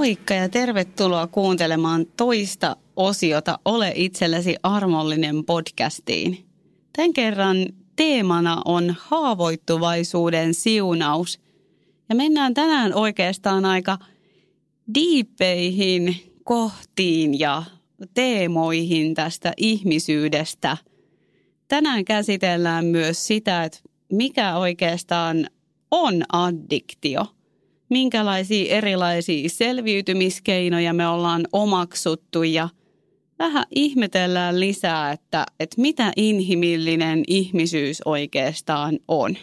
Moikka ja tervetuloa kuuntelemaan toista osiota Ole itsellesi armollinen podcastiin. Tämän kerran teemana on haavoittuvaisuuden siunaus. Ja mennään tänään oikeastaan aika diippeihin kohtiin ja teemoihin tästä ihmisyydestä. Tänään käsitellään myös sitä, että mikä oikeastaan on addiktio. Minkälaisia erilaisia selviytymiskeinoja me ollaan omaksuttu ja vähän ihmetellään lisää, että mitä inhimillinen ihmisyys oikeastaan on.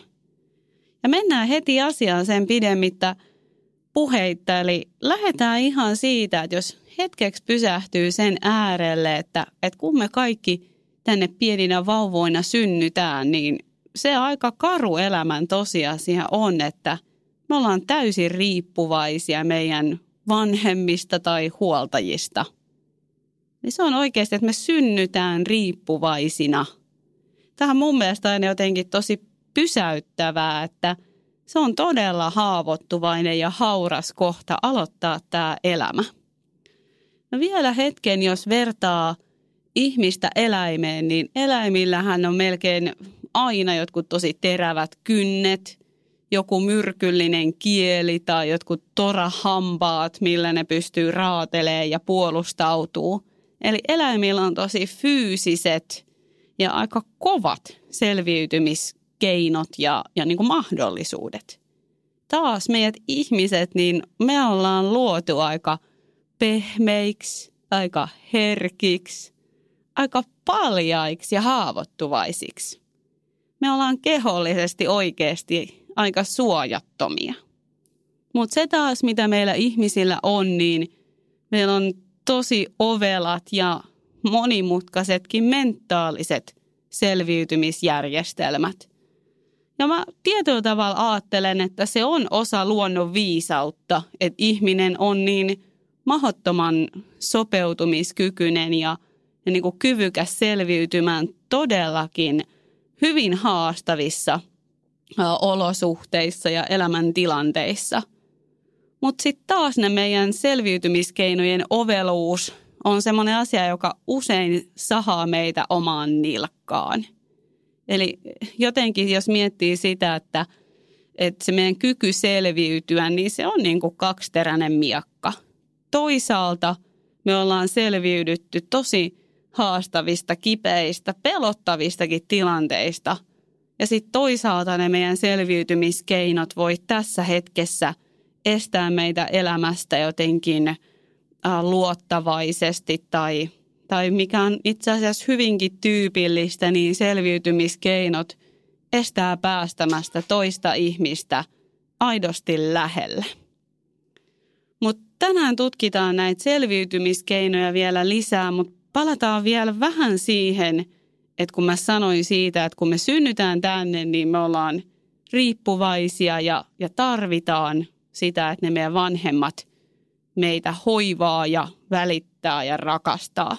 Ja mennään heti asiaan sen pidemmittä puheitta, eli lähdetään ihan siitä, että jos hetkeksi pysähtyy sen äärelle, että kun me kaikki tänne pieninä vauvoina synnytään, niin se aika karu elämän tosiasia on, että me ollaan täysin riippuvaisia meidän vanhemmista tai huoltajista. Niin se on oikeasti, että me synnytään riippuvaisina. Tähän mun mielestä on jotenkin tosi pysäyttävää, että se on todella haavoittuvainen ja hauras kohta aloittaa tämä elämä. No vielä hetken, jos vertaa ihmistä eläimeen, niin eläimillähän on melkein aina jotkut tosi terävät kynnet, joku myrkyllinen kieli tai jotkut torahampaat, millä ne pystyy raatelemaan ja puolustautuu. Eli eläimillä on tosi fyysiset ja aika kovat selviytymiskeinot ja niin kuin mahdollisuudet. Taas meidät ihmiset, niin me ollaan luotu aika pehmeiksi, aika herkiksi, aika paljaiksi ja haavoittuvaisiksi. Me ollaan kehollisesti oikeasti aika suojattomia. Mutta se taas, mitä meillä ihmisillä on, niin meillä on tosi ovelat ja monimutkaisetkin mentaaliset selviytymisjärjestelmät. Ja mä tietyllä tavalla ajattelen, että se on osa luonnon viisautta, että ihminen on niin mahdottoman sopeutumiskykyinen ja niin kuin kyvykäs selviytymään todellakin hyvin haastavissa olosuhteissa ja elämäntilanteissa. Mutta sitten taas ne meidän selviytymiskeinojen oveluus on semmoinen asia, joka usein sahaa meitä omaan nilkkaan. Eli jotenkin jos miettii sitä, että se meidän kyky selviytyä, niin se on niin kuin kaksiteräinen miekka. Toisaalta me ollaan selviydytty tosi haastavista, kipeistä, pelottavistakin tilanteista. Ja sitten toisaalta ne meidän selviytymiskeinot voi tässä hetkessä estää meitä elämästä jotenkin luottavaisesti tai mikä on itse asiassa hyvinkin tyypillistä, niin selviytymiskeinot estää päästämästä toista ihmistä aidosti lähelle. Mutta tänään tutkitaan näitä selviytymiskeinoja vielä lisää, mutta palataan vielä vähän siihen, että kun mä sanoin siitä, että kun me synnytään tänne, niin me ollaan riippuvaisia ja tarvitaan sitä, että ne meidän vanhemmat meitä hoivaa ja välittää ja rakastaa.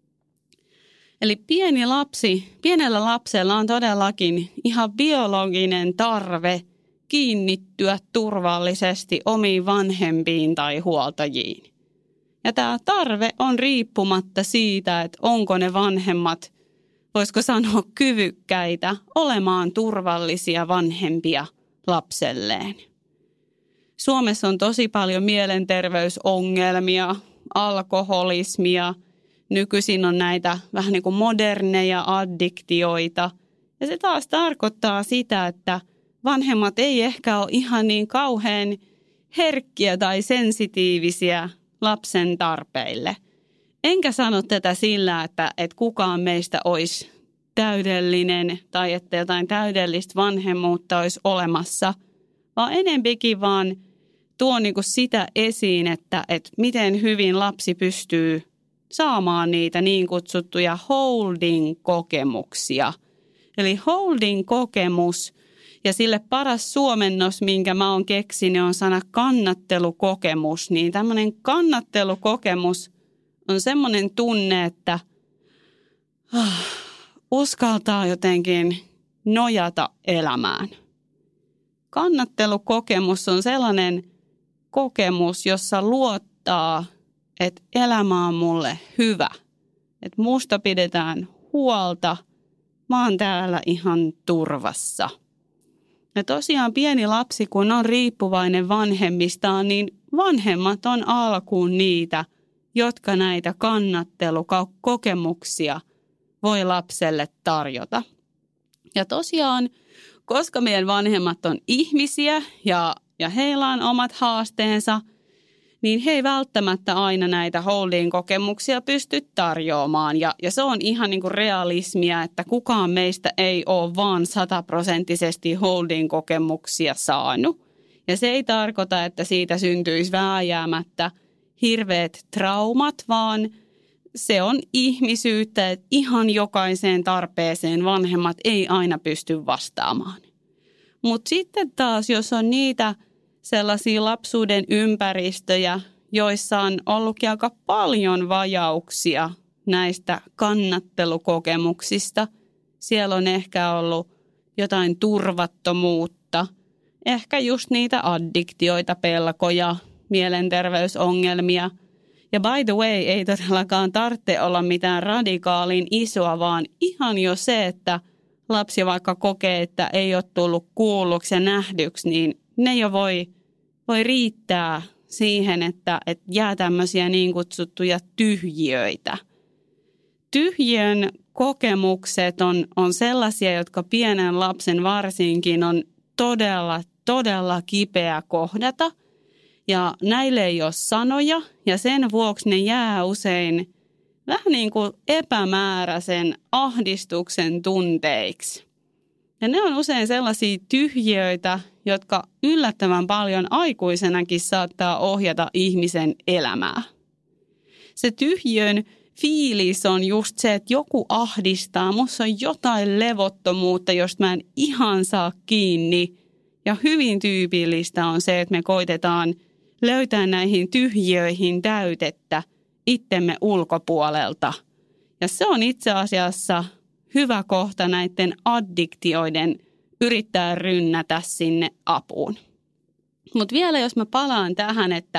Eli pienellä lapsella on todellakin ihan biologinen tarve kiinnittyä turvallisesti omiin vanhempiin tai huoltajiin. Ja tämä tarve on riippumatta siitä, että onko ne vanhemmat, voisiko sanoa kyvykkäitä, olemaan turvallisia vanhempia lapselleen. Suomessa on tosi paljon mielenterveysongelmia, alkoholismia, nykyisin on näitä vähän niin kuin moderneja addiktioita. Ja se taas tarkoittaa sitä, että vanhemmat ei ehkä ole ihan niin kauhean herkkiä tai sensitiivisiä lapsen tarpeille. Enkä sano tätä sillä, että kukaan meistä olisi täydellinen tai että jotain täydellistä vanhemmuutta olisi olemassa, vaan enempikin vaan tuo niin kuin sitä esiin, että miten hyvin lapsi pystyy saamaan niitä niin kutsuttuja holding-kokemuksia. Eli holding-kokemus ja sille paras suomennos, minkä mä oon keksinyt, on sana kannattelukokemus. Niin tämmöinen kannattelukokemus on semmoinen tunne, että uskaltaa jotenkin nojata elämään. Kannattelukokemus on sellainen kokemus, jossa osoittaa, että elämä on mulle hyvä. Että musta pidetään huolta. Mä oon täällä ihan turvassa. Ja tosiaan pieni lapsi, kun on riippuvainen vanhemmistaan, niin vanhemmat on alkuun niitä, jotka näitä kannattelukokemuksia voi lapselle tarjota. Ja tosiaan, koska meidän vanhemmat on ihmisiä ja heillä on omat haasteensa, niin he ei välttämättä aina näitä holding-kokemuksia pysty tarjoamaan. Ja se on ihan niin kuin realismia, että kukaan meistä ei ole vaan 100% holding-kokemuksia saanut. Ja se ei tarkoita, että siitä syntyisi vääjäämättä hirveät traumat, vaan se on ihmisyyttä, että ihan jokaiseen tarpeeseen vanhemmat ei aina pysty vastaamaan. Mutta sitten taas, jos on niitä sellaisia lapsuuden ympäristöjä, joissa on ollutkin aika paljon vajauksia näistä kannattelukokemuksista. Siellä on ehkä ollut jotain turvattomuutta, ehkä just niitä addiktioita, pelkoja, mielenterveysongelmia. Ja by the way, ei todellakaan tarvitse olla mitään radikaalin isoa, vaan ihan jo se, että lapsi vaikka kokee, että ei ole tullut kuulluksi ja nähdyksi, niin ne jo voi riittää siihen, että jää tämmöisiä niin kutsuttuja tyhjiöitä. Tyhjiön kokemukset on sellaisia, jotka pienen lapsen varsinkin on todella kipeä kohdata. Ja näille ei ole sanoja ja sen vuoksi ne jää usein vähän niin kuin epämääräisen ahdistuksen tunteiksi. Ja ne on usein sellaisia tyhjiöitä, jotka yllättävän paljon aikuisenakin saattaa ohjata ihmisen elämää. Se tyhjiön fiilis on just se, että joku ahdistaa, musta on jotain levottomuutta, josta mä en ihan saa kiinni. Ja hyvin tyypillistä on se, että me koitetaan löytää näihin tyhjiöihin täytettä itsemme ulkopuolelta. Ja se on itse asiassa hyvä kohta näiden addiktioiden yrittää rynnätä sinne apuun. Mutta vielä jos mä palaan tähän, että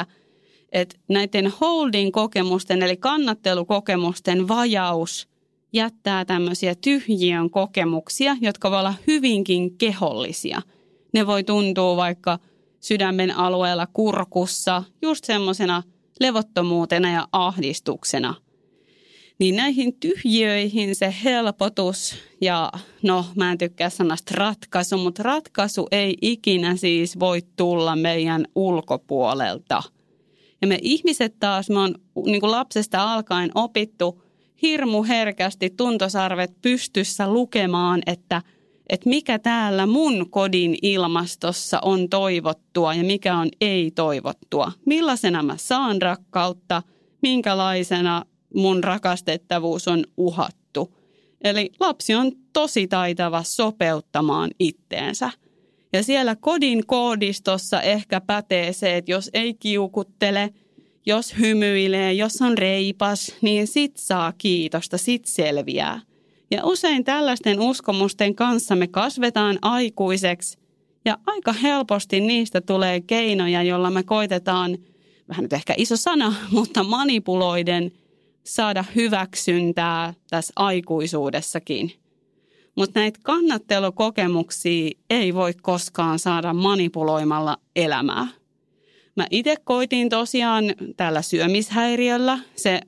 näiden holding-kokemusten eli kannattelukokemusten vajaus jättää tämmöisiä tyhjiön kokemuksia, jotka voi olla hyvinkin kehollisia. Ne voi tuntua vaikka sydämen alueella kurkussa just semmoisena levottomuutena ja ahdistuksena. Niin näihin tyhjiöihin se helpotus ja mä en tykkää sanasta ratkaisu, mutta ratkaisu ei ikinä siis voi tulla meidän ulkopuolelta. Ja me ihmiset taas, me on niin kuin lapsesta alkaen opittu hirmu herkästi tuntosarvet pystyssä lukemaan, että mikä täällä mun kodin ilmastossa on toivottua ja mikä on ei-toivottua. Millaisena mä saan rakkautta, minkälaisena mun rakastettavuus on uhattu. Eli lapsi on tosi taitava sopeuttamaan itteensä. Ja siellä kodin koodistossa ehkä pätee se, että jos ei kiukuttele, jos hymyilee, jos on reipas, niin sit saa kiitosta, sit selviää. Ja usein tällaisten uskomusten kanssa me kasvetaan aikuiseksi ja aika helposti niistä tulee keinoja, joilla me koitetaan, vähän nyt ehkä iso sana, mutta manipuloiden saada hyväksyntää tässä aikuisuudessakin. Mutta näitä kannattelukokemuksia ei voi koskaan saada manipuloimalla elämää. Mä itse koitin tosiaan tällä syömishäiriöllä. Se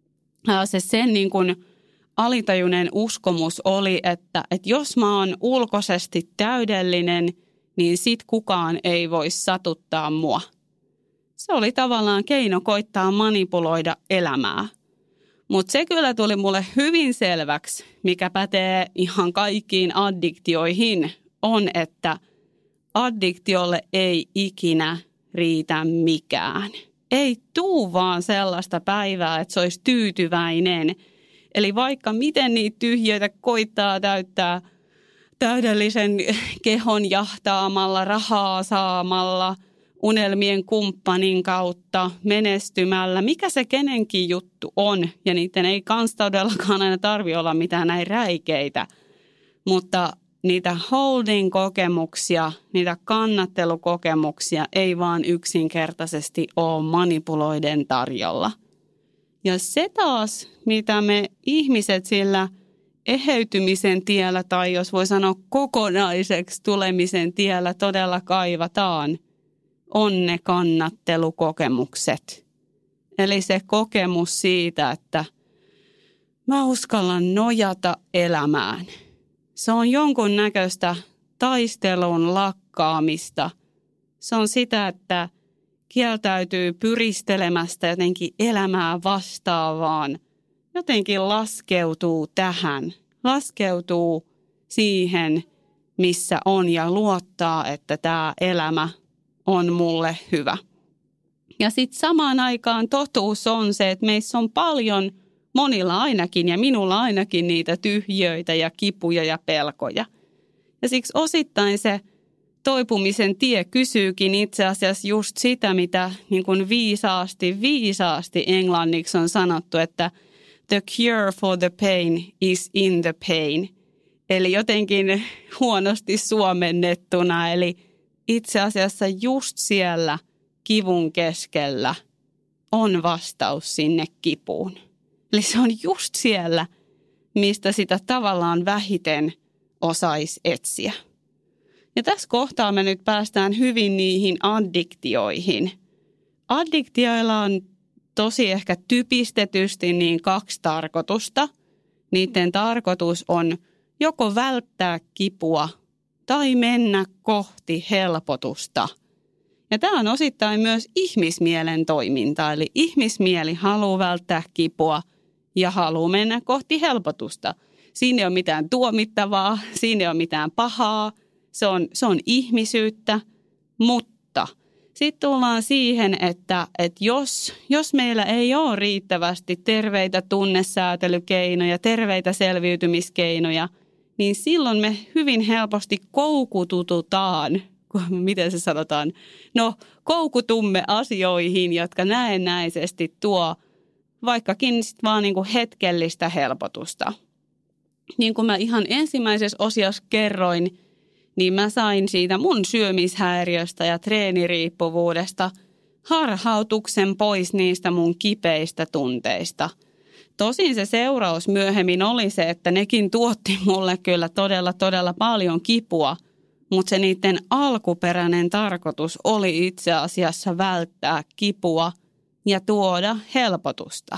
sen niin kuin alitajuinen uskomus oli, että jos mä oon ulkoisesti täydellinen, niin sit kukaan ei voi satuttaa mua. Se oli tavallaan keino koittaa manipuloida elämää. Mutta se kyllä tuli mulle hyvin selväksi, mikä pätee ihan kaikkiin addiktioihin, on, että addiktiolle ei ikinä riitä mikään. Ei tuu vaan sellaista päivää, että se olisi tyytyväinen. Eli vaikka miten niitä tyhjiöitä koittaa täyttää täydellisen kehon jahtaamalla, rahaa saamalla, unelmien kumppanin kautta, menestymällä, mikä se kenenkin juttu on. Ja niiden ei kans todellakaan aina tarvitse olla mitään näin räikeitä. Mutta niitä holding-kokemuksia, niitä kannattelukokemuksia ei vaan yksinkertaisesti ole manipuloiden tarjolla. Ja se taas, mitä me ihmiset sillä eheytymisen tiellä tai jos voi sanoa kokonaiseksi tulemisen tiellä todella kaivataan, on ne kannattelukokemukset. Eli se kokemus siitä, että mä uskallan nojata elämään. Se on jonkun näköistä taistelun lakkaamista. Se on sitä, että kieltäytyy pyristelemästä jotenkin elämää vastaavaan. Jotenkin laskeutuu tähän. Laskeutuu siihen, missä on ja luottaa, että tämä elämä on mulle hyvä. Ja sitten samaan aikaan totuus on se, että meissä on paljon, monilla ainakin ja minulla ainakin niitä tyhjöitä ja kipuja ja pelkoja. Ja siksi osittain se toipumisen tie kysyykin itse asiassa just sitä, mitä niin kuin viisaasti englanniksi on sanottu, että the cure for the pain is in the pain. Eli jotenkin huonosti suomennettuna, eli itse asiassa just siellä kivun keskellä on vastaus sinne kipuun. Eli se on just siellä, mistä sitä tavallaan vähiten osaisi etsiä. Ja tässä kohtaa me nyt päästään hyvin niihin addiktioihin. Addiktioilla on tosi ehkä typistetysti niin 2 tarkoitusta. Niiden tarkoitus on joko välttää kipua tai mennä kohti helpotusta. Ja tämä on osittain myös ihmismielen toiminta, eli ihmismieli haluaa välttää kipua ja haluaa mennä kohti helpotusta. Siinä ei ole mitään tuomittavaa, siinä ei ole mitään pahaa, se on ihmisyyttä, mutta sitten tullaan siihen, että jos meillä ei ole riittävästi terveitä tunnesäätelykeinoja, terveitä selviytymiskeinoja, niin silloin me hyvin helposti koukututaan, miten se sanotaan, koukutumme asioihin, jotka näennäisesti tuo vaikkakin sit vaan niin kuin hetkellistä helpotusta. Niin kuin mä ihan ensimmäisessä osiossa kerroin, niin mä sain siitä mun syömishäiriöstä ja treeniriippuvuudesta harhautuksen pois niistä mun kipeistä tunteista. Tosin se seuraus myöhemmin oli se, että nekin tuotti mulle kyllä todella paljon kipua, mutta se niiden alkuperäinen tarkoitus oli itse asiassa välttää kipua ja tuoda helpotusta.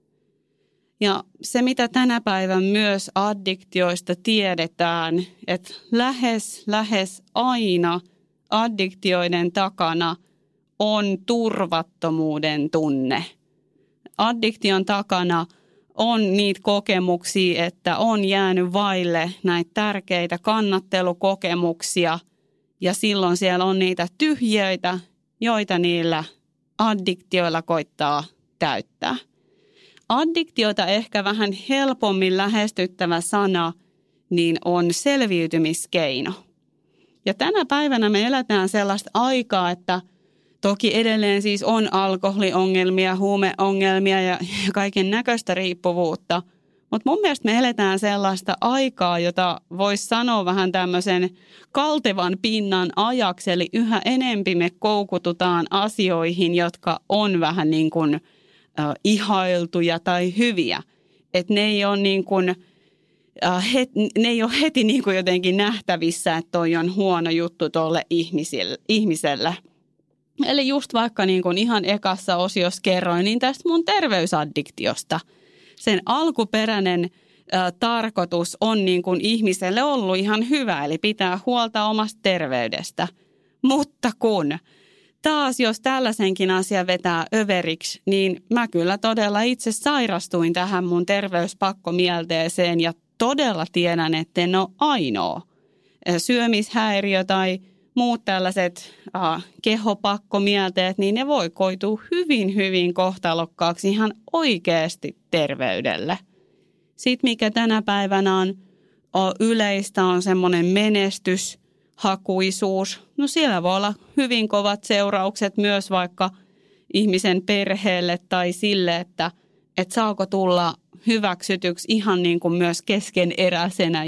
Ja se, mitä tänä päivän myös addiktioista tiedetään, että lähes aina addiktioiden takana on turvattomuuden tunne. Addiktion takana on niitä kokemuksia, että on jäänyt vaille näitä tärkeitä kannattelukokemuksia ja silloin siellä on niitä tyhjöitä, joita niillä addiktioilla koittaa täyttää. Addiktiota ehkä vähän helpommin lähestyttävä sana niin on selviytymiskeino. Ja tänä päivänä me eletään sellaista aikaa, että toki edelleen siis on alkoholiongelmia, huumeongelmia ja kaiken näköistä riippuvuutta. Mutta mun mielestä me eletään sellaista aikaa, jota voisi sanoa vähän tämmöisen kaltevan pinnan ajaksi. Eli yhä enempi me koukututaan asioihin, jotka on vähän niin kuin ihailtuja tai hyviä. Että ne ei ole niin kuin ne ei ole heti niin kuin jotenkin nähtävissä, että toi on huono juttu tuolle ihmiselle. Eli just vaikka niin kuin ihan ekassa osiossa kerroin, niin tästä mun terveysaddiktiosta. Sen alkuperäinen tarkoitus on niin kuin ihmiselle ollut ihan hyvä, eli pitää huolta omasta terveydestä. Mutta kun taas jos tällaisenkin asian vetää överiksi, niin mä kyllä todella itse sairastuin tähän mun terveyspakkomielteeseen ja todella tiedän, että en ole ainoa. Syömishäiriö tai muut tällaiset kehopakkomielteet, niin ne voi koitua hyvin kohtalokkaaksi ihan oikeasti terveydelle. Sitten mikä tänä päivänä on yleistä on semmoinen menestyshakuisuus. No siellä voi olla hyvin kovat seuraukset myös vaikka ihmisen perheelle tai sille, että saako tulla hyväksytyksi ihan niin kuin myös keskeneräisenä ja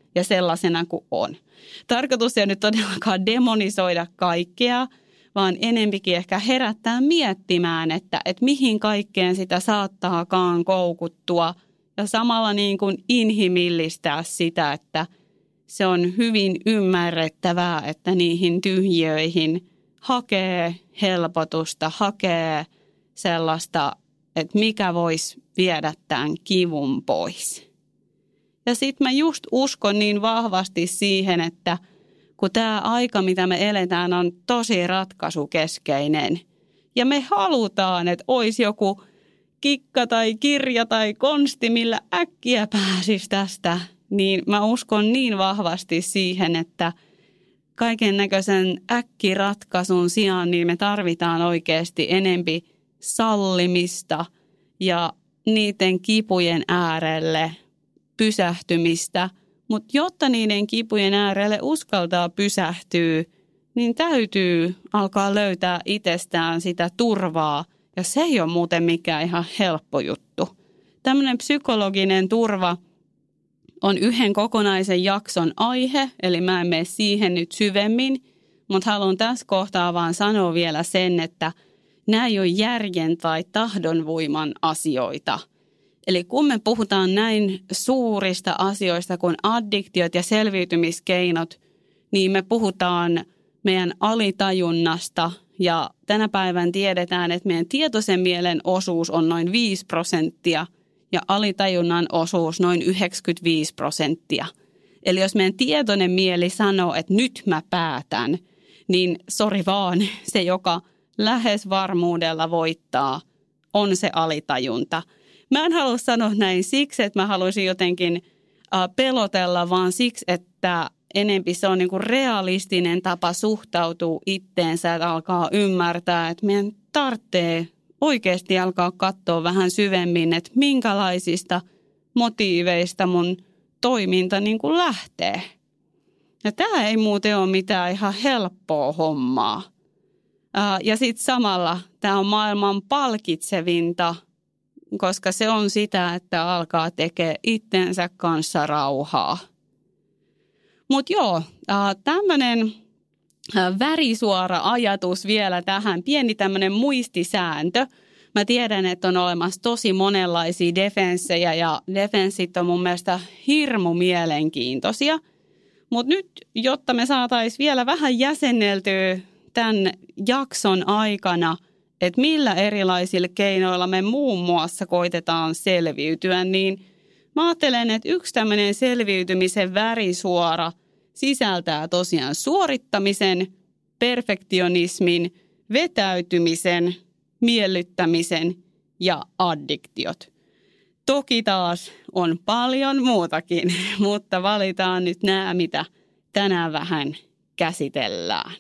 ja sellaisena kuin on. Tarkoitus ei nyt todellakaan demonisoida kaikkea, vaan enempikin ehkä herättää miettimään, että mihin kaikkeen sitä saattaakaan koukuttua ja samalla niin kuin inhimillistää sitä, että se on hyvin ymmärrettävää, että niihin tyhjiöihin hakee helpotusta, hakee sellaista, että mikä voisi viedä tämän kivun pois. Ja sitten mä just uskon niin vahvasti siihen, että kun tämä aika, mitä me eletään, on tosi ratkaisukeskeinen. Ja me halutaan, että olisi joku kikka tai kirja tai konsti, millä äkkiä pääsisi tästä. Niin mä uskon niin vahvasti siihen, että kaiken näköisen äkkiratkaisun sijaan niin me tarvitaan oikeasti enempi sallimista ja niiden kipujen äärelle pysähtymistä. Mutta jotta niiden kipujen äärelle uskaltaa pysähtyä, niin täytyy alkaa löytää itsestään sitä turvaa. Ja se ei ole muuten mikään ihan helppo juttu. Tämmöinen psykologinen turva on yhden kokonaisen jakson aihe, eli mä en mene siihen nyt syvemmin, mutta haluan tässä kohtaa vaan sanoa vielä sen, että nämä ei ole järjen tai tahdonvoiman asioita. Eli kun me puhutaan näin suurista asioista kuin addiktiot ja selviytymiskeinot, niin me puhutaan meidän alitajunnasta ja tänä päivän tiedetään, että meidän tietoisen mielen osuus on noin 5% ja alitajunnan osuus noin 95%. Eli jos meidän tietoinen mieli sanoo, että nyt mä päätän, niin sori vaan, se joka lähes varmuudella voittaa on se alitajunta. Mä en halua sanoa näin siksi, että mä haluaisin jotenkin pelotella, vaan siksi, että enempi se on niin kuin realistinen tapa suhtautua itteensä, että alkaa ymmärtää, että meidän tarvitsee oikeasti alkaa katsoa vähän syvemmin, että minkälaisista motiiveista mun toiminta niin kuin lähtee. Ja tämä ei muuten ole mitään ihan helppoa hommaa. Ja sitten samalla tämä on maailman palkitsevinta, koska se on sitä, että alkaa tekemään itsensä kanssa rauhaa. Mutta joo, tämmöinen värisuora ajatus vielä tähän, pieni tämmöinen muistisääntö. Mä tiedän, että on olemassa tosi monenlaisia defenssejä ja defenssit on mun mielestä hirmu mielenkiintoisia. Mutta nyt, jotta me saataisiin vielä vähän jäsenneltyä tämän jakson aikana, että millä erilaisilla keinoilla me muun muassa koitetaan selviytyä, niin mä ajattelen, että yksi tämmöinen selviytymisen värisuora sisältää tosiaan suorittamisen, perfektionismin, vetäytymisen, miellyttämisen ja addiktiot. Toki taas on paljon muutakin, mutta valitaan nyt nämä, mitä tänään vähän käsitellään.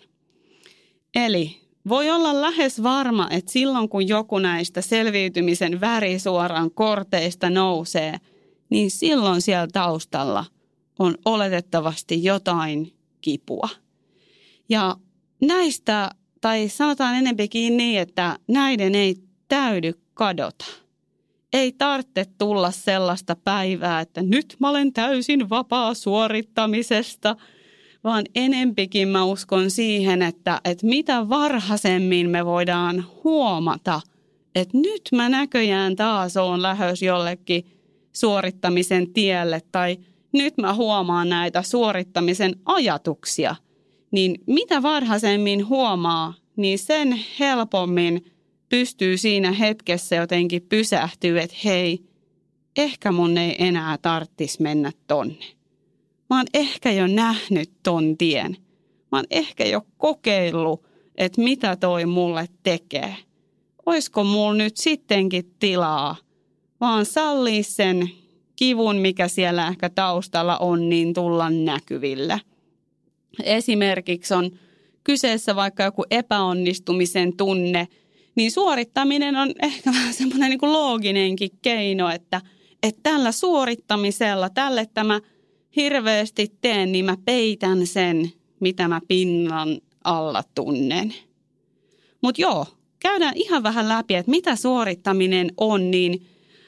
Eli voi olla lähes varma, että silloin kun joku näistä selviytymisen värisuoran korteista nousee, niin silloin siellä taustalla on oletettavasti jotain kipua. Ja näistä, tai sanotaan enempikin niin, että näiden ei täydy kadota. Ei tarvitse tulla sellaista päivää, että nyt mä olen täysin vapaa suorittamisesta, vaan enempikin mä uskon siihen, että mitä varhaisemmin me voidaan huomata, että nyt mä näköjään taas oon lähdössä jollekin suorittamisen tielle tai nyt mä huomaan näitä suorittamisen ajatuksia, niin mitä varhaisemmin huomaa, niin sen helpommin pystyy siinä hetkessä jotenkin pysähtyä, että hei, ehkä mun ei enää tarvitsisi mennä tonne. Mä oon ehkä jo nähnyt ton tien. Mä oon ehkä jo kokeillut, että mitä toi mulle tekee. Oisko mulla nyt sittenkin tilaa, vaan sallii sen kivun, mikä siellä ehkä taustalla on, niin tulla näkyville. Esimerkiksi on kyseessä vaikka joku epäonnistumisen tunne, niin suorittaminen on ehkä vähän semmoinen niin kuin looginenkin keino, että tällä suorittamisella, tälle tämä hirveästi teen, niin mä peitän sen, mitä mä pinnan alla tunnen. Mutta joo, käydään ihan vähän läpi, että mitä suorittaminen on, niin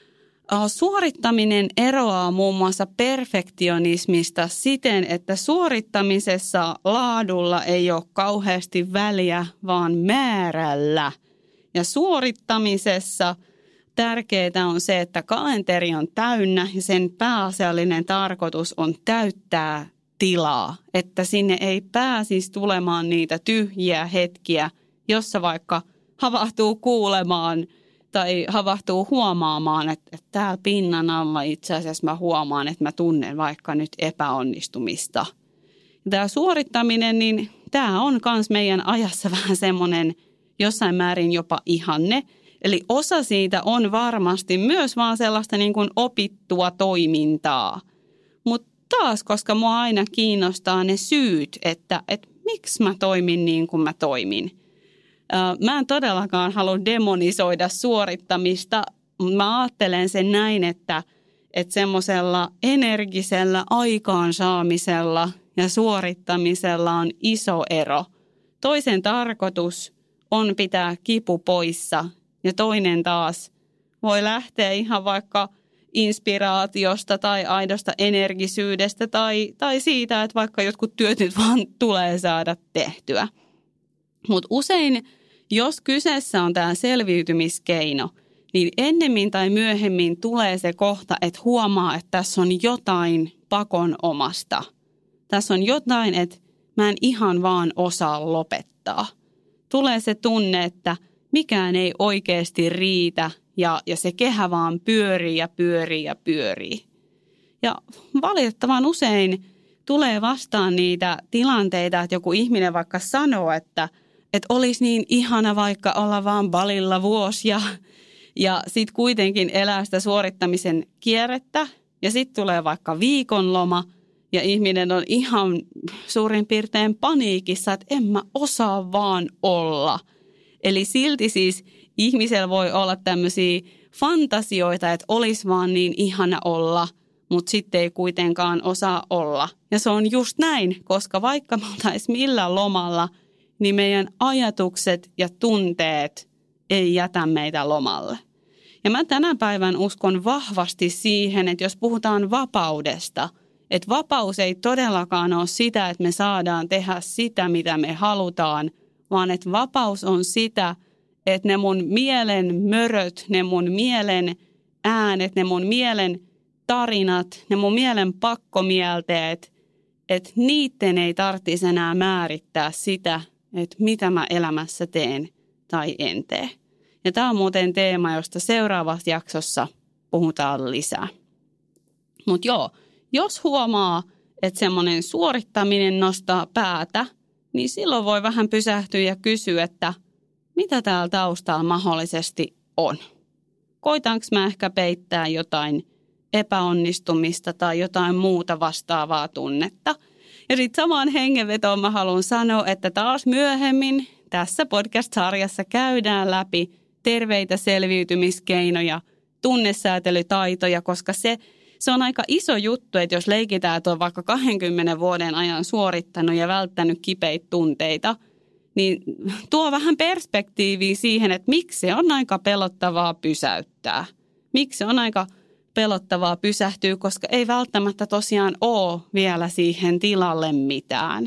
Suorittaminen eroaa muun muassa perfektionismista siten, että suorittamisessa laadulla ei ole kauheasti väliä, vaan määrällä. Ja suorittamisessa tärkeää on se, että kalenteri on täynnä ja sen pääasiallinen tarkoitus on täyttää tilaa, että sinne ei pääsisi tulemaan niitä tyhjiä hetkiä, jossa vaikka havahtuu kuulemaan tai havahtuu huomaamaan, että täällä pinnan alla itse asiassa mä huomaan, että mä tunnen vaikka nyt epäonnistumista. Tämä suorittaminen, niin tämä on myös meidän ajassa vähän semmoinen jossain määrin jopa ihanne. Eli osa siitä on varmasti myös vaan sellaista niin kuin opittua toimintaa. Mutta taas, koska mua aina kiinnostaa ne syyt, että miksi mä toimin niin kuin mä toimin. Mä en todellakaan halua demonisoida suorittamista, mutta mä ajattelen sen näin, että semmoisella energisellä aikaansaamisella ja suorittamisella on iso ero. Toisen tarkoitus on pitää kipu poissa ja toinen taas voi lähteä ihan vaikka inspiraatiosta tai aidosta energisyydestä tai siitä, että vaikka jotkut työt nyt vaan tulee saada tehtyä. Mutta usein, jos kyseessä on tämä selviytymiskeino, niin ennemmin tai myöhemmin tulee se kohta, että huomaa, että tässä on jotain pakonomasta. Tässä on jotain, että mä en ihan vaan osaa lopettaa. Tulee se tunne, että mikään ei oikeasti riitä ja se kehä vaan pyörii ja pyörii ja pyörii. Ja valitettavan usein tulee vastaan niitä tilanteita, että joku ihminen vaikka sanoo, että olisi niin ihana vaikka olla vaan Balilla vuosi ja sitten kuitenkin elää sitä suorittamisen kierrettä ja sitten tulee vaikka viikonloma ja ihminen on ihan suurin piirtein paniikissa, että en mä osaa vaan olla. Eli silti siis ihmisellä voi olla tämmöisiä fantasioita, että olisi vaan niin ihana olla, mutta sitten ei kuitenkaan osaa olla. Ja se on just näin, koska vaikka me oltaisiin millään lomalla, niin meidän ajatukset ja tunteet ei jätä meitä lomalle. Ja mä tänä päivän uskon vahvasti siihen, että jos puhutaan vapaudesta, että vapaus ei todellakaan ole sitä, että me saadaan tehdä sitä, mitä me halutaan, vaan että vapaus on sitä, että ne mun mielen möröt, ne mun mielen äänet, ne mun mielen tarinat, ne mun mielen pakkomielteet, että niiden ei tarvitsisi enää määrittää sitä, että mitä mä elämässä teen tai en tee. Ja tämä on muuten teema, josta seuraavassa jaksossa puhutaan lisää. Mutta joo, jos huomaa, että semmoinen suorittaminen nostaa päätä, niin silloin voi vähän pysähtyä ja kysyä, että mitä täällä taustalla mahdollisesti on. Koitanko mä ehkä peittää jotain epäonnistumista tai jotain muuta vastaavaa tunnetta. Ja sitten samaan hengenvetoon mä haluan sanoa, että taas myöhemmin tässä podcast-sarjassa käydään läpi terveitä selviytymiskeinoja, tunnesäätelytaitoja, koska se on aika iso juttu, että jos leikitään, että on vaikka 20 vuoden ajan suorittanut ja välttänyt kipeitä tunteita, niin tuo vähän perspektiiviä siihen, että miksi se on aika pelottavaa pysäyttää. Miksi se on aika pelottavaa pysähtyä, koska ei välttämättä tosiaan ole vielä siihen tilalle mitään.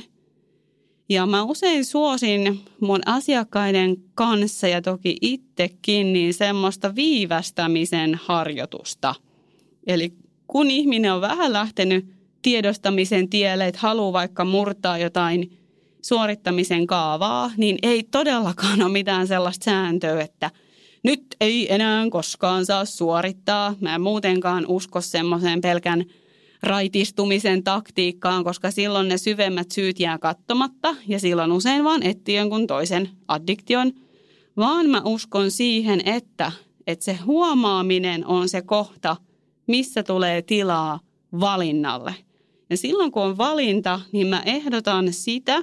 Ja mä usein suosin mun asiakkaiden kanssa ja toki itsekin niin semmoista viivästämisen harjoitusta. Eli kun ihminen on vähän lähtenyt tiedostamisen tielle, että haluaa vaikka murtaa jotain suorittamisen kaavaa, niin ei todellakaan ole mitään sellaista sääntöä, että nyt ei enää koskaan saa suorittaa. Mä en muutenkaan usko semmoiseen pelkän raitistumisen taktiikkaan, koska silloin ne syvemmät syyt jää katsomatta ja silloin usein vaan etsii jonkun toisen addiktion. Vaan mä uskon siihen, että se huomaaminen on se kohta, missä tulee tilaa valinnalle. Ja silloin kun on valinta, niin mä ehdotan sitä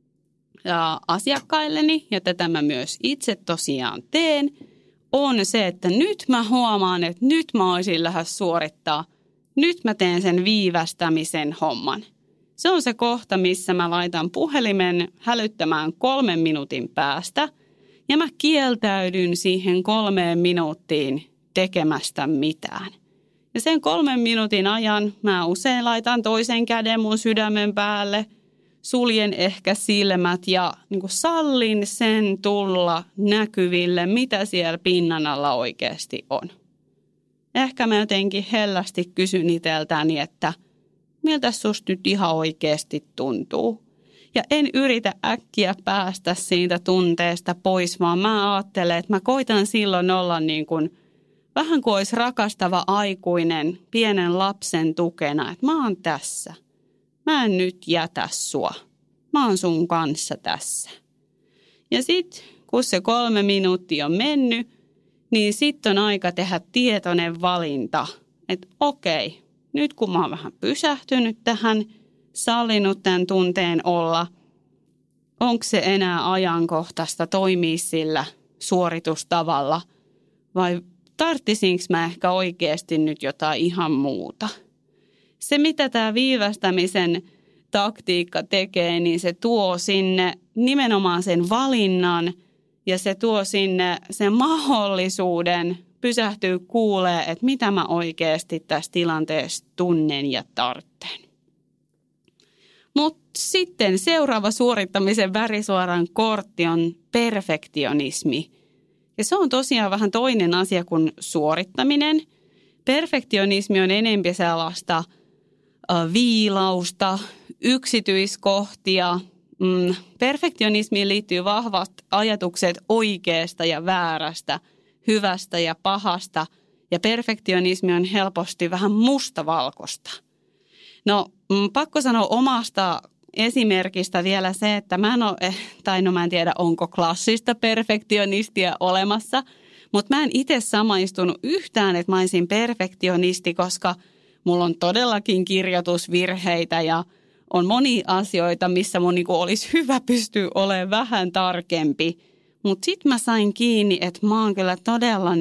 asiakkailleni, ja tätä mä myös itse tosiaan teen, on se, että nyt mä huomaan, että nyt mä olisin lähes suorittaa. Nyt mä teen sen viivästämisen homman. Se on se kohta, missä mä laitan puhelimen hälyttämään 3 minuutin päästä, ja mä kieltäydyn siihen 3 minuuttiin tekemästä mitään. Ja sen 3 minuutin ajan mä usein laitan toisen käden mun sydämen päälle, suljen ehkä silmät ja niin kuin sallin sen tulla näkyville, mitä siellä pinnan alla oikeasti on. Ehkä mä jotenkin hellästi kysyn itseltäni, että miltä susta nyt ihan oikeasti tuntuu. Ja en yritä äkkiä päästä siitä tunteesta pois, vaan mä ajattelen, että mä koitan silloin olla niin kuin vähän kuin olisi rakastava aikuinen pienen lapsen tukena, että mä oon tässä. Mä en nyt jätä sua. Mä oon sun kanssa tässä. Ja sitten kun se 3 minuuttia on mennyt, niin sitten on aika tehdä tietoinen valinta, että okei, nyt kun mä oon vähän pysähtynyt tähän, sallinut tämän tunteen olla, onko se enää ajankohtaista toimia sillä suoritustavalla vai tarttisinko mä ehkä oikeasti nyt jotain ihan muuta. Se, mitä tämä viivästämisen taktiikka tekee, niin se tuo sinne nimenomaan sen valinnan ja se tuo sinne sen mahdollisuuden pysähtyä kuulee, että mitä mä oikeasti tässä tilanteessa tunnen ja tarvitsen. Mutta sitten seuraava suorittamisen värisuoran kortti on perfektionismi. Ja se on tosiaan vähän toinen asia kuin suorittaminen. Perfektionismi on enemmän sellaista viilausta, yksityiskohtia. Perfektionismiin liittyy vahvat ajatukset oikeasta ja väärästä, hyvästä ja pahasta. Ja perfektionismi on helposti vähän mustavalkoista. No, pakko sanoa omasta esimerkistä vielä se, että mä en tiedä onko klassista perfektionistia olemassa, mutta mä en itse samaistunut yhtään, että mä olisin perfektionisti, koska mulla on todellakin kirjoitusvirheitä ja on monia asioita, missä mun olisi hyvä pystyä olemaan vähän tarkempi. Mutta sitten mä sain kiinni, että mä oon kyllä todella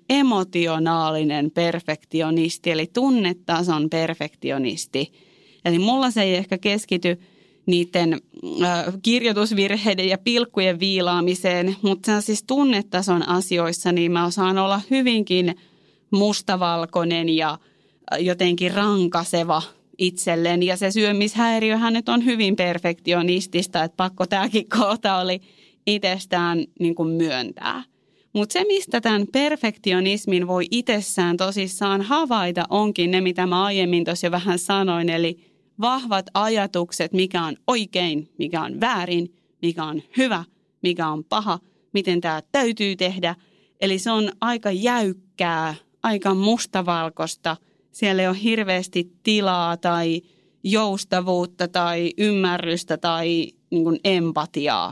emotionaalinen perfektionisti, eli tunnetason perfektionisti. Eli mulla se ei ehkä keskity niiden kirjoitusvirheiden ja pilkkujen viilaamiseen, mutta siis tunnetason asioissa niin mä osaan olla hyvinkin mustavalkoinen ja jotenkin rankaseva itselleen. Ja se syömishäiriöhän nyt on hyvin perfektionistista, että pakko tämäkin kohta oli itsestään myöntää. Mutta se, mistä tämän perfektionismin voi itsessään tosissaan havaita, onkin ne, mitä mä aiemmin tuossa jo vähän sanoin, eli vahvat ajatukset, mikä on oikein, mikä on väärin, mikä on hyvä, mikä on paha, miten tämä täytyy tehdä. Eli se on aika jäykkää, aika mustavalkoista. Siellä ei ole hirveästi tilaa tai joustavuutta tai ymmärrystä tai empatiaa,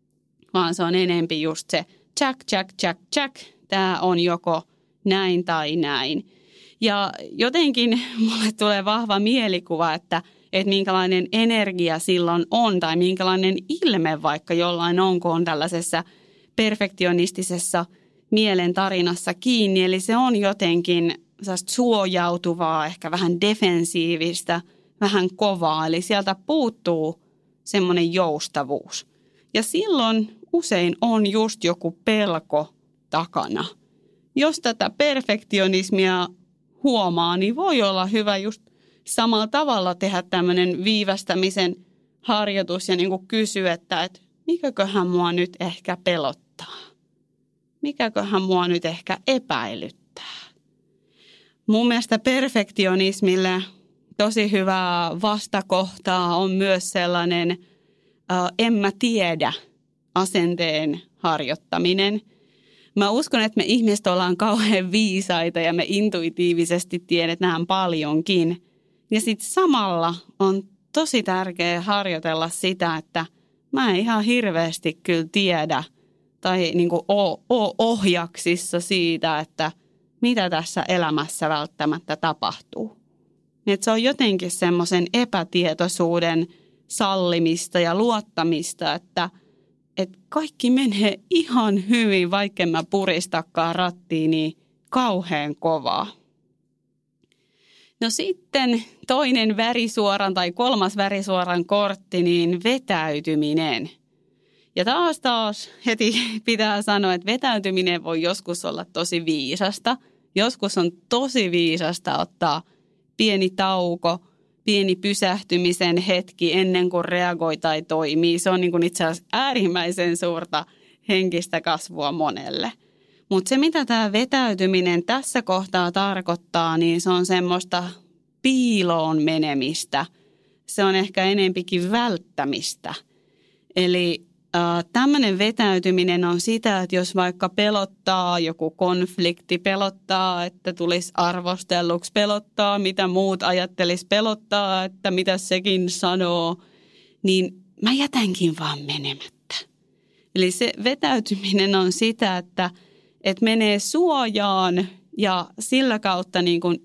vaan se on enempi just se check, check, check, check. Tämä on joko näin tai näin. Ja jotenkin mulle tulee vahva mielikuva, että minkälainen energia silloin on tai minkälainen ilme vaikka jollain on, kun on tällaisessa perfektionistisessa mielen tarinassa kiinni. Eli se on jotenkin suojautuvaa, ehkä vähän defensiivistä, vähän kovaa. Eli sieltä puuttuu semmoinen joustavuus. Ja silloin usein on just joku pelko takana. Jos tätä perfektionismia huomaa, niin voi olla hyvä just samalla tavalla tehdä tämmöinen viivästämisen harjoitus ja kysyä, että mikäköhän mua nyt ehkä pelottaa? Mikäköhän mua nyt ehkä epäilyttää? Mun mielestä perfektionismille tosi hyvää vastakohtaa on myös sellainen en mä tiedä asenteen harjoittaminen. Mä uskon, että me ihmiset ollaan kauhean viisaita ja me intuitiivisesti tiedetään paljonkin. Ja sitten samalla on tosi tärkeää harjoitella sitä, että mä en ihan hirveästi kyllä tiedä tai ole ohjaksissa siitä, että mitä tässä elämässä välttämättä tapahtuu. Että se on jotenkin semmoisen epätietoisuuden sallimista ja luottamista, että kaikki menee ihan hyvin, vaikka mä puristakaan rattiin niin kauhean kovaa. No sitten toinen värisuoran tai 3. värisuoran kortti, niin vetäytyminen. Ja taas heti pitää sanoa, että vetäytyminen voi joskus olla tosi viisasta. Joskus on tosi viisasta ottaa pieni tauko, pieni pysähtymisen hetki ennen kuin reagoi tai toimii. Se on niin kuin itse asiassa äärimmäisen suurta henkistä kasvua monelle. Mutta se, mitä tämä vetäytyminen tässä kohtaa tarkoittaa, niin se on semmoista piiloon menemistä. Se on ehkä enempikin välttämistä. Eli tämmöinen vetäytyminen on sitä, että jos vaikka pelottaa joku konflikti, pelottaa, että tulisi arvostelluksi, pelottaa, mitä muut ajattelis, pelottaa, että mitä sekin sanoo, niin mä jätänkin vaan menemättä. Eli se vetäytyminen on sitä, että menee suojaan ja sillä kautta niin kuin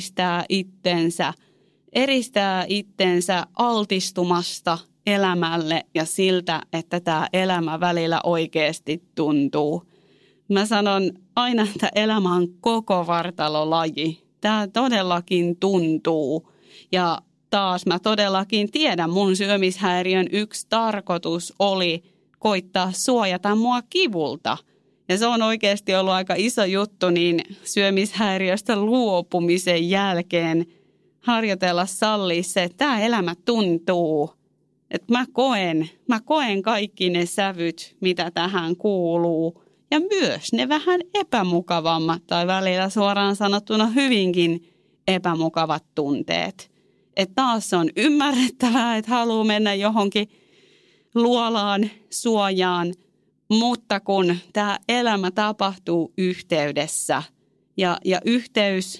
eristää itsensä altistumasta elämälle ja siltä, että tämä elämä välillä oikeasti tuntuu. Mä sanon aina, että elämä on koko vartalolaji. Tämä todellakin tuntuu. Ja taas mä todellakin tiedän, mun syömishäiriön yksi tarkoitus oli koittaa suojata mua kivulta. Ja se on oikeasti ollut aika iso juttu, niin syömishäiriöstä luopumisen jälkeen harjoitella sallia se, että tämä elämä tuntuu. Että mä koen kaikki ne sävyt, mitä tähän kuuluu. Ja myös ne vähän epämukavammat tai välillä suoraan sanottuna hyvinkin epämukavat tunteet. Että taas on ymmärrettävää, että haluaa mennä johonkin luolaan, suojaan, mutta kun tämä elämä tapahtuu yhteydessä ja yhteys,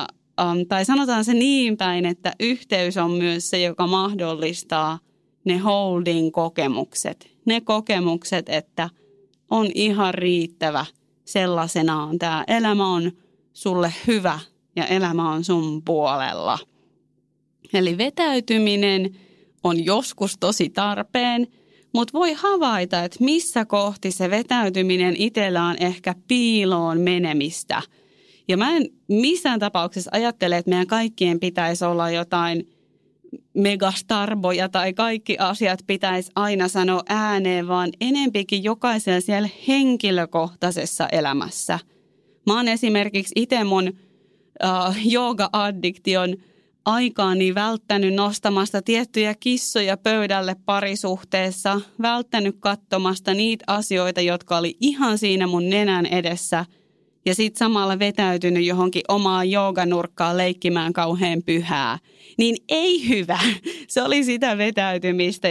tai sanotaan se niin päin, että yhteys on myös se, joka mahdollistaa ne holding-kokemukset. Ne kokemukset, että on ihan riittävä sellaisenaan. Tämä elämä on sulle hyvä ja elämä on sun puolella. Eli vetäytyminen on joskus tosi tarpeen, mutta voi havaita, että missä kohti se vetäytyminen itsellä on ehkä piiloon menemistä. Ja mä en missään tapauksessa ajattele, että meidän kaikkien pitäisi olla jotain megastarboja tai kaikki asiat pitäisi aina sanoa ääneen, vaan enempikin jokaisella siellä henkilökohtaisessa elämässä. Mä oon esimerkiksi itse mun jooga-addiktion aikaani välttänyt nostamasta tiettyjä kissoja pöydälle parisuhteessa, välttänyt katsomasta niitä asioita, jotka oli ihan siinä mun nenän edessä ja sitten samalla vetäytynyt johonkin omaan jooganurkkaan leikkimään kauhean pyhää. Niin ei hyvä. Se oli sitä vetäytymistä,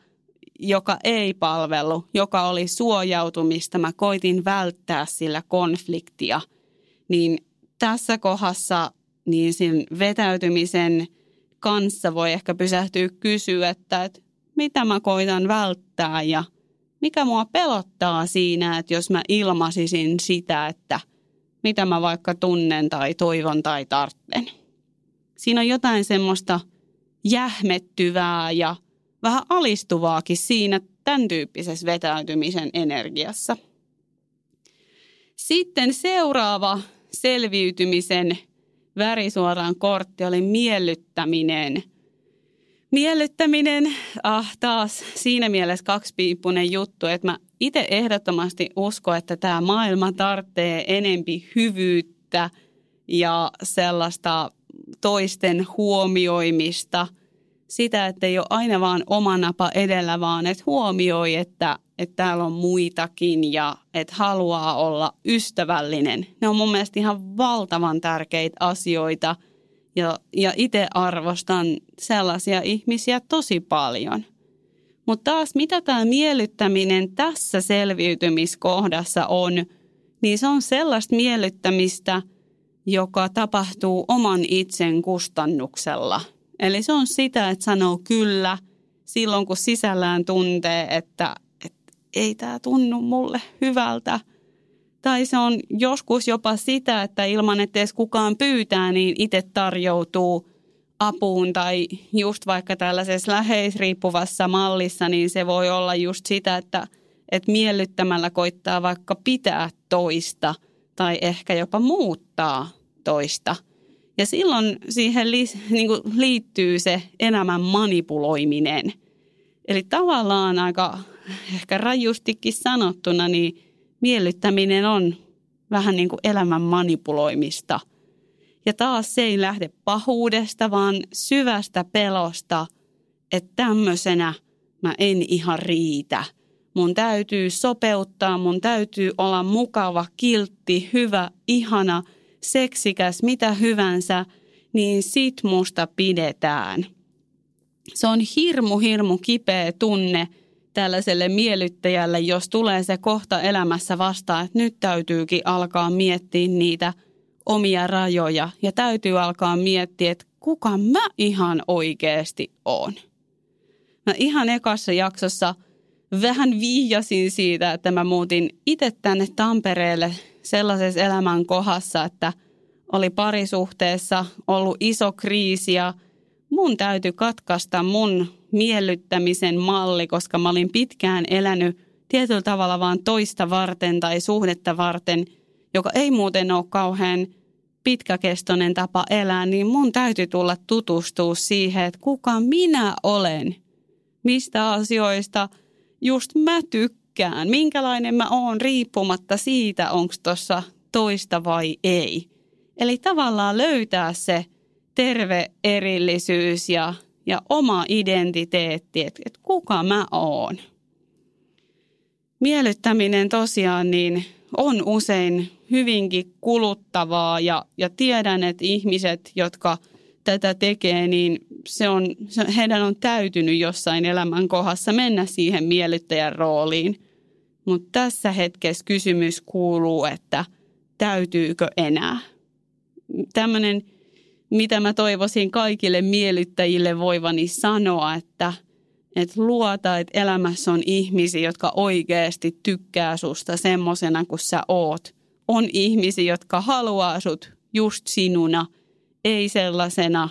joka ei palvellut, joka oli suojautumista. Mä koitin välttää sillä konfliktia. Niin tässä kohdassa niin sen vetäytymisen kanssa voi ehkä pysähtyä kysyä, että mitä mä koitan välttää ja mikä mua pelottaa siinä, että jos mä ilmaisisin sitä, että mitä mä vaikka tunnen tai toivon tai tartten. Siinä on jotain semmoista jähmettyvää ja vähän alistuvaakin siinä tämän tyyppisessä vetäytymisen energiassa. Sitten seuraava selviytymisen värisuoraan kortti oli miellyttäminen. Miellyttäminen, taas siinä mielessä kaksipiippunen juttu, että mä itse ehdottomasti uskon, että tämä maailma tarvitsee enempi hyvyyttä ja sellaista toisten huomioimista. Sitä, että ei ole aina vaan oma napa edellä, vaan että huomioi, että täällä on muitakin ja että haluaa olla ystävällinen. Ne on mun mielestä ihan valtavan tärkeitä asioita ja itse arvostan sellaisia ihmisiä tosi paljon. Mutta taas mitä tämä miellyttäminen tässä selviytymiskohdassa on, niin se on sellaista miellyttämistä, joka tapahtuu oman itsen kustannuksella. Eli se on sitä, että sanoo kyllä silloin, kun sisällään tuntee, että ei tämä tunnu mulle hyvältä. Tai se on joskus jopa sitä, että ilman, että edes kukaan pyytää, niin itse tarjoutuu apuun. Tai just vaikka tällaisessa läheisriippuvassa mallissa, niin se voi olla just sitä, että miellyttämällä koittaa vaikka pitää toista tai ehkä jopa muuttaa toista. Ja silloin siihen liittyy se elämän manipuloiminen. Eli tavallaan aika ehkä rajustikin sanottuna, niin miellyttäminen on vähän niin kuin elämän manipuloimista. Ja taas se ei lähde pahuudesta, vaan syvästä pelosta, että tämmöisenä mä en ihan riitä. Mun täytyy sopeuttaa, mun täytyy olla mukava, kiltti, hyvä, ihana, seksikäs, mitä hyvänsä, niin sit musta pidetään. Se on hirmu kipeä tunne tällaiselle miellyttäjälle, jos tulee se kohta elämässä vastaan, että nyt täytyykin alkaa miettiä niitä omia rajoja ja täytyy alkaa miettiä, että kuka mä ihan oikeasti oon. Mä ihan ekassa jaksossa vähän vihjasin siitä, että mä muutin itse tänne Tampereelle sellaisessa elämän kohdassa, että oli parisuhteessa ollut iso kriisi ja mun täytyi katkaista mun miellyttämisen malli, koska mä olin pitkään elänyt tietyllä tavalla vaan toista varten tai suhdetta varten, joka ei muuten ole kauhean pitkäkestoinen tapa elää, niin mun täytyy tulla tutustua siihen, että kuka minä olen, mistä asioista just mä tykkään, minkälainen mä oon riippumatta siitä, onko tuossa toista vai ei. Eli tavallaan löytää se terve erillisyys ja oma identiteetti, että kuka mä oon. Miellyttäminen tosiaan niin on usein hyvinkin kuluttavaa ja tiedän, että ihmiset, jotka tätä tekee, niin heidän on täytynyt jossain elämän kohdassa mennä siihen miellyttäjän rooliin. Mutta tässä hetkessä kysymys kuuluu, että täytyykö enää? Tämmöinen, mitä mä toivoisin kaikille miellyttäjille voivani sanoa, että luota, että elämässä on ihmisiä, jotka oikeasti tykkää susta semmosena kuin sä oot. On ihmisiä, jotka haluaa sut just sinuna, ei sellaisena,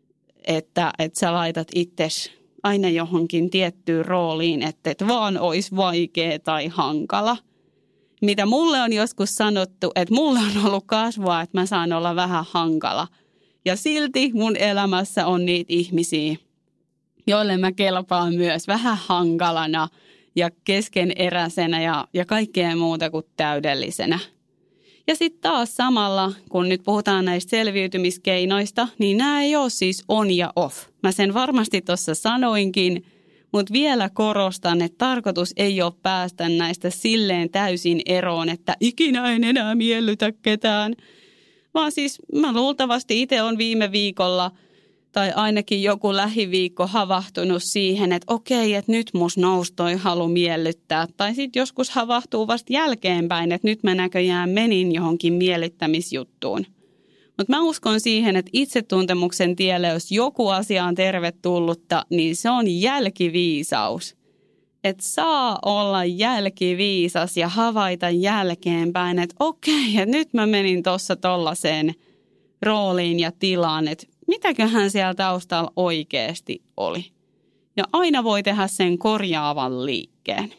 että sä laitat itsesi aina johonkin tiettyyn rooliin, että et vaan olisi vaikea tai hankala. Mitä mulle on joskus sanottu, että mulle on ollut kasvua, että mä saan olla vähän hankala. Ja silti mun elämässä on niitä ihmisiä, joille mä kelpaan myös vähän hankalana ja keskeneräisenä ja kaikkea muuta kuin täydellisenä. Ja sitten taas samalla, kun nyt puhutaan näistä selviytymiskeinoista, niin nämä ei ole siis on ja off. Mä sen varmasti tuossa sanoinkin, mutta vielä korostan, että tarkoitus ei ole päästä näistä silleen täysin eroon, että ikinä en enää miellytä ketään. Vaan siis mä luultavasti itse olen viime viikolla tai ainakin joku lähiviikko havahtunut siihen, että okei, että nyt mus nousi toi halu miellyttää. Tai sitten joskus havahtuu vasta jälkeenpäin, että nyt mä näköjään menin johonkin miellyttämisjuttuun. Mutta mä uskon siihen, että itsetuntemuksen tielle, jos joku asia on tervetullutta, niin se on jälkiviisaus. Että saa olla jälkiviisas ja havaita jälkeenpäin, että okei, että nyt mä menin tuossa tollaiseen rooliin ja tilaan, että mitäköhän siellä taustalla oikeasti oli. Ja aina voi tehdä sen korjaavan liikkeen.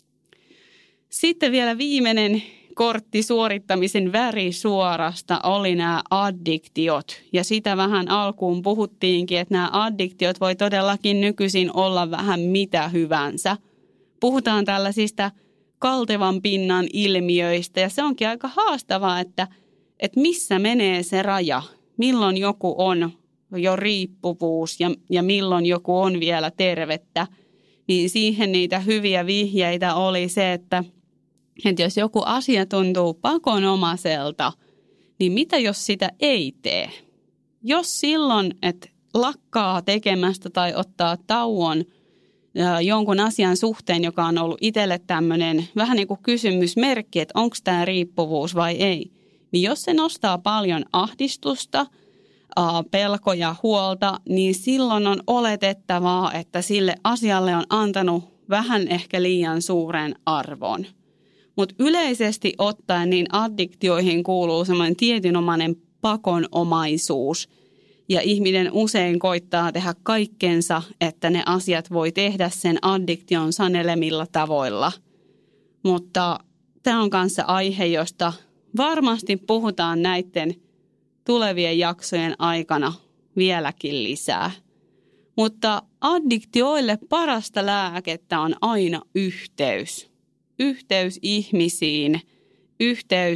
Sitten vielä viimeinen kortti suorittamisen värisuorasta oli nämä addiktiot. Ja sitä vähän alkuun puhuttiinkin, että nämä addiktiot voi todellakin nykyisin olla vähän mitä hyvänsä. Puhutaan tällaisista kaltevan pinnan ilmiöistä ja se onkin aika haastavaa, että missä menee se raja. Milloin joku on jo riippuvuus ja milloin joku on vielä tervettä, niin siihen niitä hyviä vihjeitä oli se, että jos joku asia tuntuu pakonomaiselta, niin mitä jos sitä ei tee? Jos silloin, että lakkaa tekemästä tai ottaa tauon jonkun asian suhteen, joka on ollut itselle tämmöinen vähän niin kuin kysymysmerkki, että onko tämä riippuvuus vai ei, niin jos se nostaa paljon ahdistusta, pelkoja, huolta, niin silloin on oletettavaa, että sille asialle on antanut vähän ehkä liian suuren arvon. Mutta yleisesti ottaen niin addiktioihin kuuluu semmoinen tietynomainen pakonomaisuus. Ja ihminen usein koittaa tehdä kaikkensa, että ne asiat voi tehdä sen addiktion sanelemilla tavoilla. Mutta tämä on kanssa aihe, josta varmasti puhutaan näiden tulevien jaksojen aikana vieläkin lisää. Mutta addiktioille parasta lääkettä on aina yhteys. Yhteys ihmisiin, yhteys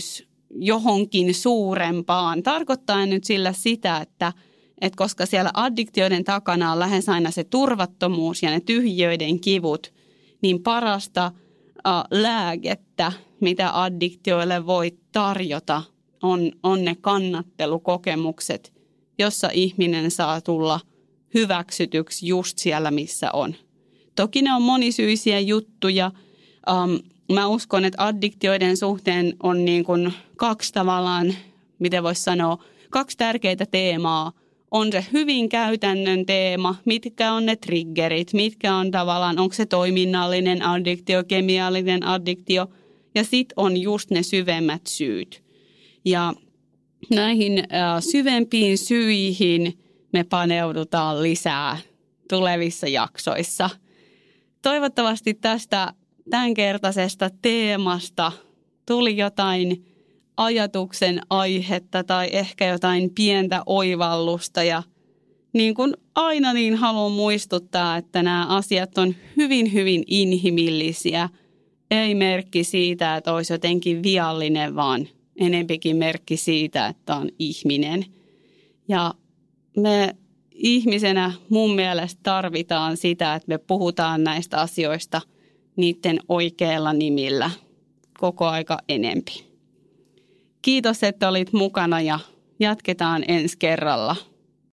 johonkin suurempaan. Tarkoittaa nyt sillä sitä, että koska siellä addiktioiden takana on lähes aina se turvattomuus ja ne tyhjiöiden kivut, niin parasta lääkettä, mitä addiktioille voi tarjota, on ne kannattelukokemukset, jossa ihminen saa tulla hyväksytyksi just siellä, missä on. Toki ne on monisyisiä juttuja. Mä uskon, että addiktioiden suhteen on niin kuin kaksi tavallaan, miten voisi sanoa, kaksi tärkeitä teemaa. On se hyvin käytännön teema, mitkä on ne triggerit, mitkä on tavallaan, onko se toiminnallinen addiktio, kemiallinen addiktio ja sitten on just ne syvemmät syyt. Ja näihin syvempiin syihin me paneudutaan lisää tulevissa jaksoissa. Toivottavasti tästä tämänkertaisesta teemasta tuli jotain ajatuksen aihetta tai ehkä jotain pientä oivallusta. Ja niin kuin aina niin haluan muistuttaa, että nämä asiat on hyvin, hyvin inhimillisiä. Ei merkki siitä, että olisi jotenkin viallinen, vaan enempikin merkki siitä, että on ihminen. Ja me ihmisenä mun mielestä tarvitaan sitä, että me puhutaan näistä asioista niiden oikeilla nimillä koko aika enempi. Kiitos, että olit mukana ja jatketaan ensi kerralla.